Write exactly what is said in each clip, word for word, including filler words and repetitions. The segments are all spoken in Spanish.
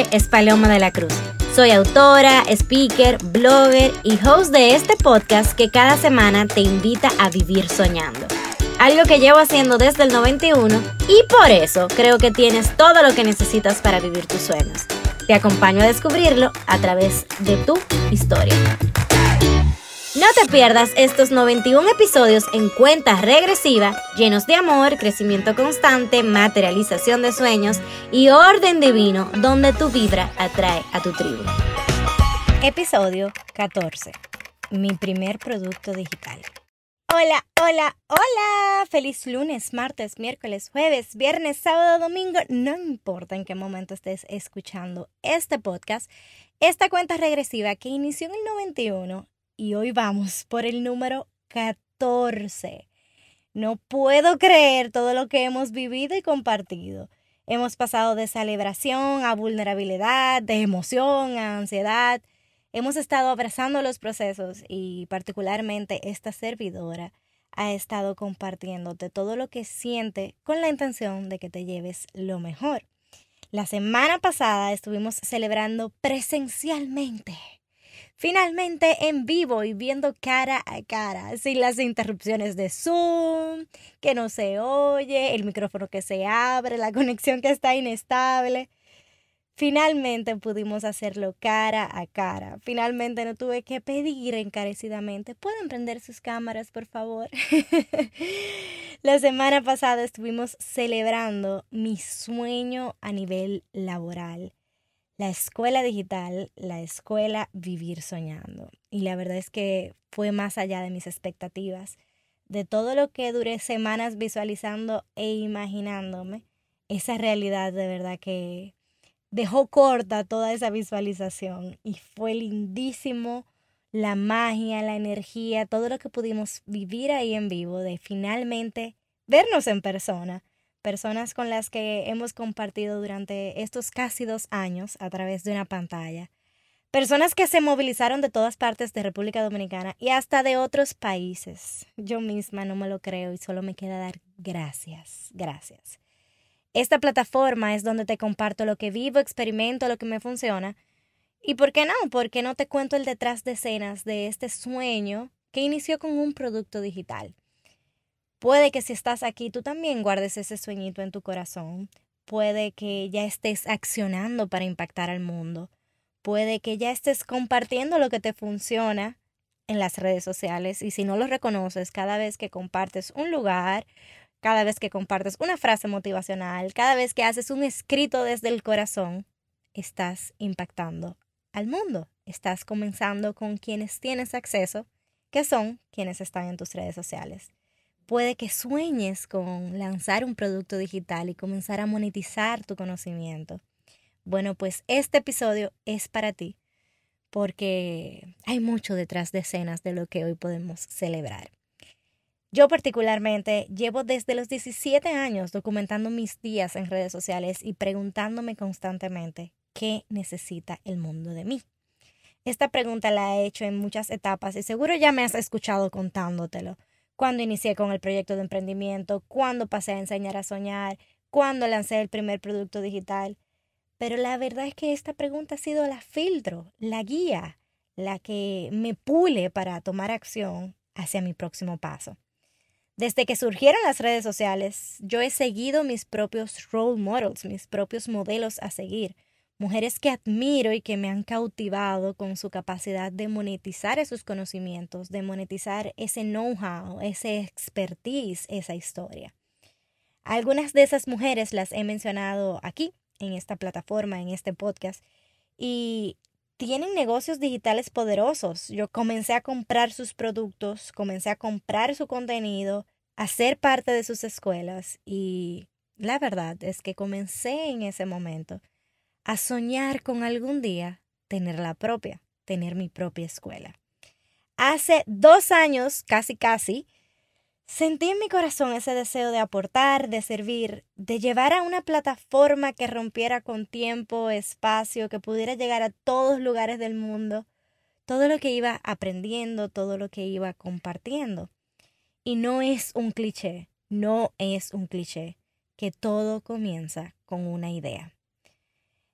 nombre es Paloma de la Cruz. Soy autora, speaker, blogger y host de este podcast que cada semana te invita a vivir soñando. Algo que llevo haciendo desde el noventa y uno y por eso creo que tienes todo lo que necesitas para vivir tus sueños. Te acompaño a descubrirlo a través de tu historia. No te pierdas estos noventa y uno episodios en cuenta regresiva, llenos de amor, crecimiento constante, materialización de sueños y orden divino, donde tu vibra atrae a tu tribu. Episodio catorce. Mi primer producto digital. Hola, hola, hola. Feliz lunes, martes, miércoles, jueves, viernes, sábado, domingo. No importa en qué momento estés escuchando este podcast, esta cuenta regresiva que inició en el noventa y uno y hoy vamos por el número catorce. No puedo creer todo lo que hemos vivido y compartido. Hemos pasado de celebración a vulnerabilidad, de emoción a ansiedad. Hemos estado abrazando los procesos y particularmente esta servidora ha estado compartiéndote todo lo que siente con la intención de que te lleves lo mejor. La semana pasada estuvimos celebrando presencialmente, finalmente en vivo y viendo cara a cara, sin las interrupciones de Zoom, que no se oye, el micrófono que se abre, la conexión que está inestable. Finalmente pudimos hacerlo cara a cara. Finalmente no tuve que pedir encarecidamente, ¿pueden prender sus cámaras, por favor? La semana pasada estuvimos celebrando mi sueño a nivel laboral. La escuela digital, la escuela Vivir Soñando. Y la verdad es que fue más allá de mis expectativas. De todo lo que duré semanas visualizando e imaginándome, esa realidad de verdad que dejó corta toda esa visualización y fue lindísimo la magia, la energía, todo lo que pudimos vivir ahí en vivo, de finalmente vernos en persona, personas con las que hemos compartido durante estos casi dos años a través de una pantalla, personas que se movilizaron de todas partes de República Dominicana y hasta de otros países. Yo misma no me lo creo y solo me queda dar gracias, gracias. Esta plataforma es donde te comparto lo que vivo, experimento, lo que me funciona. ¿Y por qué no? ¿Por qué no te cuento el detrás de escenas de este sueño que inició con un producto digital? Puede que si estás aquí tú también guardes ese sueñito en tu corazón. Puede que ya estés accionando para impactar al mundo. Puede que ya estés compartiendo lo que te funciona en las redes sociales. Y si no lo reconoces, cada vez que compartes un lugar, cada vez que compartes una frase motivacional, cada vez que haces un escrito desde el corazón, estás impactando al mundo. Estás comenzando con quienes tienes acceso, que son quienes están en tus redes sociales. Puede que sueñes con lanzar un producto digital y comenzar a monetizar tu conocimiento. Bueno, pues este episodio es para ti porque hay mucho detrás de escenas de lo que hoy podemos celebrar. Yo particularmente llevo desde los diecisiete años documentando mis días en redes sociales y preguntándome constantemente qué necesita el mundo de mí. Esta pregunta la he hecho en muchas etapas y seguro ya me has escuchado contándotelo. Cuando inicié con el proyecto de emprendimiento, cuando pasé a enseñar a soñar, cuando lancé el primer producto digital. Pero la verdad es que esta pregunta ha sido la filtro, la guía, la que me pule para tomar acción hacia mi próximo paso. Desde que surgieron las redes sociales, yo he seguido mis propios role models, mis propios modelos a seguir. Mujeres que admiro y que me han cautivado con su capacidad de monetizar esos conocimientos, de monetizar ese know-how, ese expertise, esa historia. Algunas de esas mujeres las he mencionado aquí, en esta plataforma, en este podcast, y tienen negocios digitales poderosos. Yo comencé a comprar sus productos, comencé a comprar su contenido, a ser parte de sus escuelas y la verdad es que comencé en ese momento a soñar con algún día tener la propia, tener mi propia escuela. Hace dos años, casi casi, sentí en mi corazón ese deseo de aportar, de servir, de llevar a una plataforma que rompiera con tiempo, espacio, que pudiera llegar a todos lugares del mundo, todo lo que iba aprendiendo, todo lo que iba compartiendo. Y no es un cliché, no es un cliché, que todo comienza con una idea.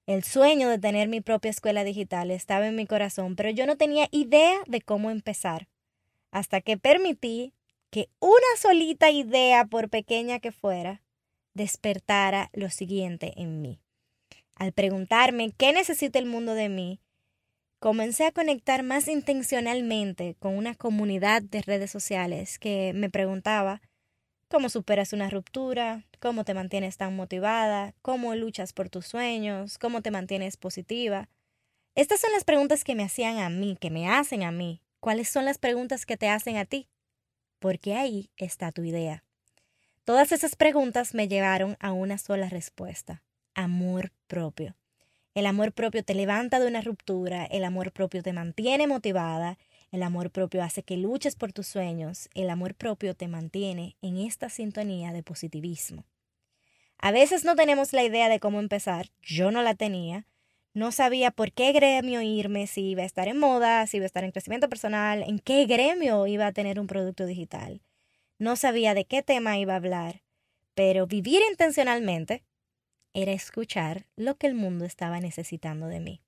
El sueño de tener mi propia escuela digital estaba en mi corazón, pero yo no tenía idea de cómo empezar. Hasta que permití que una solita idea, por pequeña que fuera, despertara lo siguiente en mí. Al preguntarme qué necesita el mundo de mí, comencé a conectar más intencionalmente con una comunidad de redes sociales que me preguntaba cómo superas una ruptura, cómo te mantienes tan motivada, cómo luchas por tus sueños, cómo te mantienes positiva. Estas son las preguntas que me hacían a mí, que me hacen a mí. ¿Cuáles son las preguntas que te hacen a ti? Porque ahí está tu idea. Todas esas preguntas me llevaron a una sola respuesta: amor propio. El amor propio te levanta de una ruptura, el amor propio te mantiene motivada, el amor propio hace que luches por tus sueños, el amor propio te mantiene en esta sintonía de positivismo. A veces no tenemos la idea de cómo empezar, yo no la tenía, no sabía por qué gremio irme, si iba a estar en moda, si iba a estar en crecimiento personal, en qué gremio iba a tener un producto digital. No sabía de qué tema iba a hablar, pero vivir intencionalmente era escuchar lo que el mundo estaba necesitando de mí.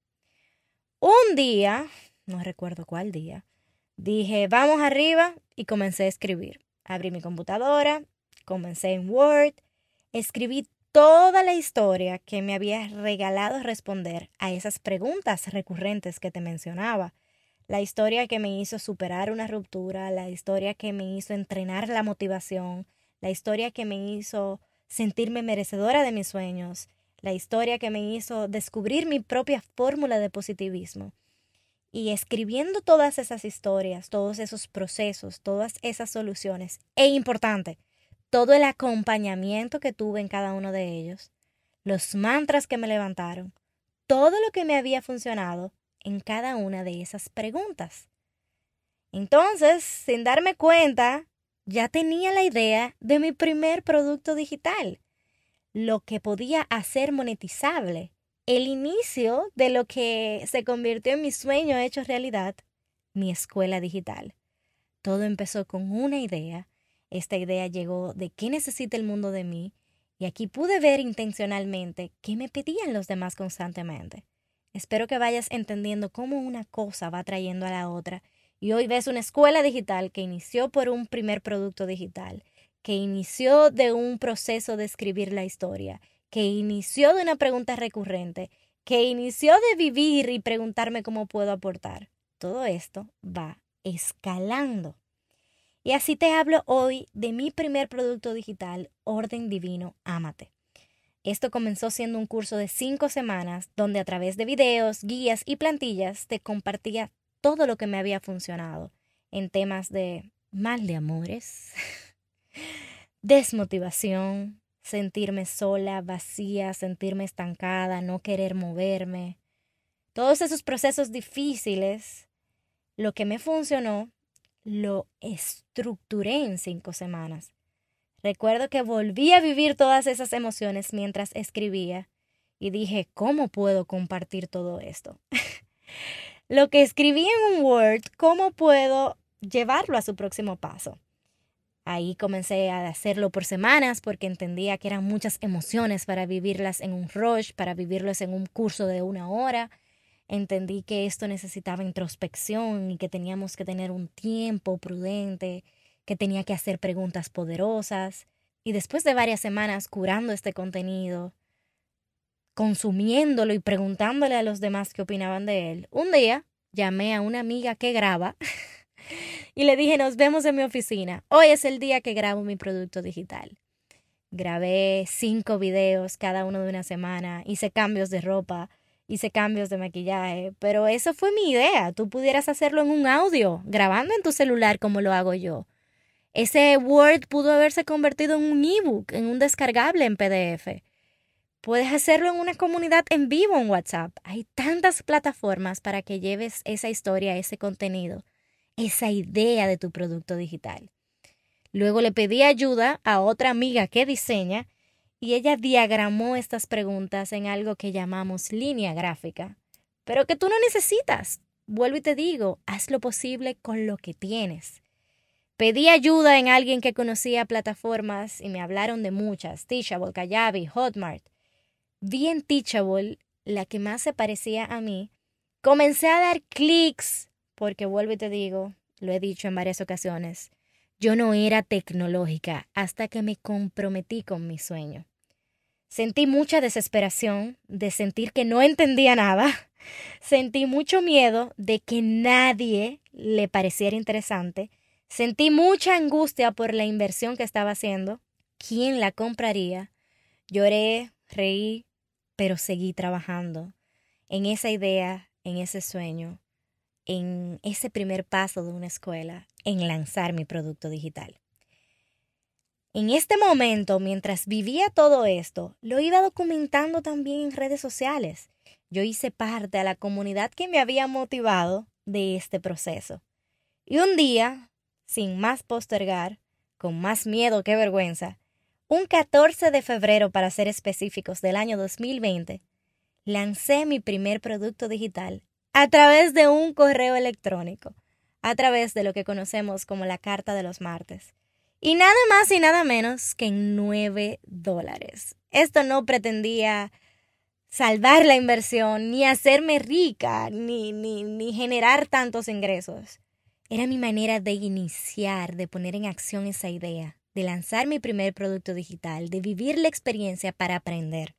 Un día, no recuerdo cuál día, dije, vamos arriba, y comencé a escribir. Abrí mi computadora, comencé en Word, escribí toda la historia que me había regalado responder a esas preguntas recurrentes que te mencionaba. La historia que me hizo superar una ruptura, la historia que me hizo entrenar la motivación, la historia que me hizo sentirme merecedora de mis sueños, la historia que me hizo descubrir mi propia fórmula de positivismo. Y escribiendo todas esas historias, todos esos procesos, todas esas soluciones, e importante, todo el acompañamiento que tuve en cada uno de ellos, los mantras que me levantaron, todo lo que me había funcionado en cada una de esas preguntas. Entonces, sin darme cuenta, ya tenía la idea de mi primer producto digital, lo que podía hacer monetizable, el inicio de lo que se convirtió en mi sueño hecho realidad, mi escuela digital. Todo empezó con una idea. Esta idea llegó de qué necesita el mundo de mí, y aquí pude ver intencionalmente qué me pedían los demás constantemente. Espero que vayas entendiendo cómo una cosa va trayendo a la otra, y hoy ves una escuela digital que inició por un primer producto digital, que inició de un proceso de escribir la historia, que inició de una pregunta recurrente, que inició de vivir y preguntarme cómo puedo aportar. Todo esto va escalando. Y así te hablo hoy de mi primer producto digital, Orden Divino Ámate. Esto comenzó siendo un curso de cinco semanas donde a través de videos, guías y plantillas te compartía todo lo que me había funcionado en temas de mal de amores, desmotivación, sentirme sola, vacía, sentirme estancada, no querer moverme. Todos esos procesos difíciles, lo que me funcionó, lo estructuré en cinco semanas. Recuerdo que volví a vivir todas esas emociones mientras escribía y dije, ¿cómo puedo compartir todo esto? Lo que escribí en un Word, ¿cómo puedo llevarlo a su próximo paso? Ahí comencé a hacerlo por semanas porque entendía que eran muchas emociones para vivirlas en un rush, para vivirlas en un curso de una hora. Entendí que esto necesitaba introspección y que teníamos que tener un tiempo prudente, que tenía que hacer preguntas poderosas. Y después de varias semanas curando este contenido, consumiéndolo y preguntándole a los demás qué opinaban de él, un día llamé a una amiga que graba y le dije, nos vemos en mi oficina. Hoy es el día que grabo mi producto digital. Grabé cinco videos, cada uno de una semana, hice cambios de ropa, hice cambios de maquillaje, pero eso fue mi idea. Tú pudieras hacerlo en un audio, grabando en tu celular como lo hago yo. Ese Word pudo haberse convertido en un ebook, en un descargable en P D F. Puedes hacerlo en una comunidad en vivo en WhatsApp. Hay tantas plataformas para que lleves esa historia, ese contenido, esa idea de tu producto digital. Luego le pedí ayuda a otra amiga que diseña y ella diagramó estas preguntas en algo que llamamos línea gráfica, pero que tú no necesitas. Vuelvo y te digo, haz lo posible con lo que tienes. Pedí ayuda en alguien que conocía plataformas y me hablaron de muchas, Teachable, Kajabi, Hotmart. Vi en Teachable la que más se parecía a mí, comencé a dar clics, porque vuelvo y te digo, lo he dicho en varias ocasiones, yo no era tecnológica hasta que me comprometí con mi sueño. Sentí mucha desesperación de sentir que no entendía nada. Sentí mucho miedo de que nadie le pareciera interesante. Sentí mucha angustia por la inversión que estaba haciendo. ¿Quién la compraría? Lloré, reí, pero seguí trabajando en esa idea, en ese sueño, en ese primer paso de una escuela, en lanzar mi producto digital. En este momento, mientras vivía todo esto, lo iba documentando también en redes sociales. Yo hice parte a la comunidad que me había motivado de este proceso. Y un día, sin más postergar, con más miedo que vergüenza, un catorce de febrero, para ser específicos, del año dos mil veinte, lancé mi primer producto digital a través de un correo electrónico, a través de lo que conocemos como la carta de los martes. Y nada más y nada menos que en nueve dólares. Esto no pretendía salvar la inversión, ni hacerme rica, ni, ni, ni generar tantos ingresos. Era mi manera de iniciar, de poner en acción esa idea, de lanzar mi primer producto digital, de vivir la experiencia para aprender.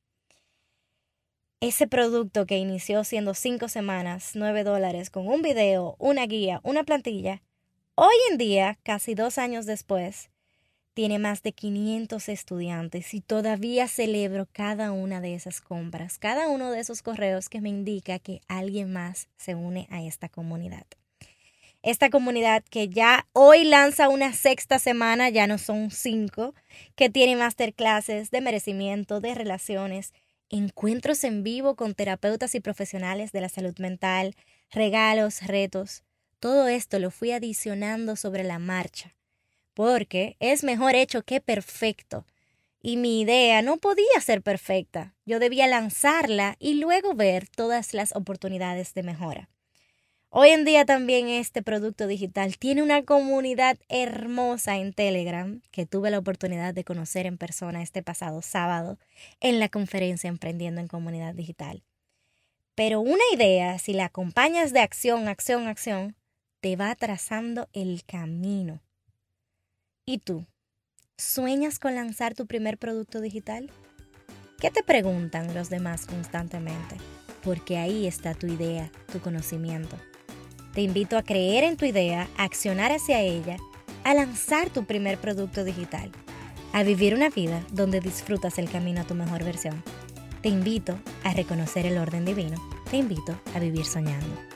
Ese producto que inició siendo cinco semanas, nueve dólares, con un video, una guía, una plantilla, hoy en día, casi dos años después, tiene más de quinientos estudiantes y todavía celebro cada una de esas compras, cada uno de esos correos que me indica que alguien más se une a esta comunidad. Esta comunidad que ya hoy lanza una sexta semana, ya no son cinco, que tiene masterclasses de merecimiento, de relaciones, encuentros en vivo con terapeutas y profesionales de la salud mental, regalos, retos. Todo esto lo fui adicionando sobre la marcha, porque es mejor hecho que perfecto. Y mi idea no podía ser perfecta. Yo debía lanzarla y luego ver todas las oportunidades de mejora. Hoy en día también este producto digital tiene una comunidad hermosa en Telegram que tuve la oportunidad de conocer en persona este pasado sábado en la conferencia Emprendiendo en Comunidad Digital. Pero una idea, si la acompañas de acción, acción, acción, te va trazando el camino. ¿Y tú? ¿Sueñas con lanzar tu primer producto digital? ¿Qué te preguntan los demás constantemente? Porque ahí está tu idea, tu conocimiento. Te invito a creer en tu idea, a accionar hacia ella, a lanzar tu primer producto digital, a vivir una vida donde disfrutas el camino a tu mejor versión. Te invito a reconocer el orden divino. Te invito a vivir soñando.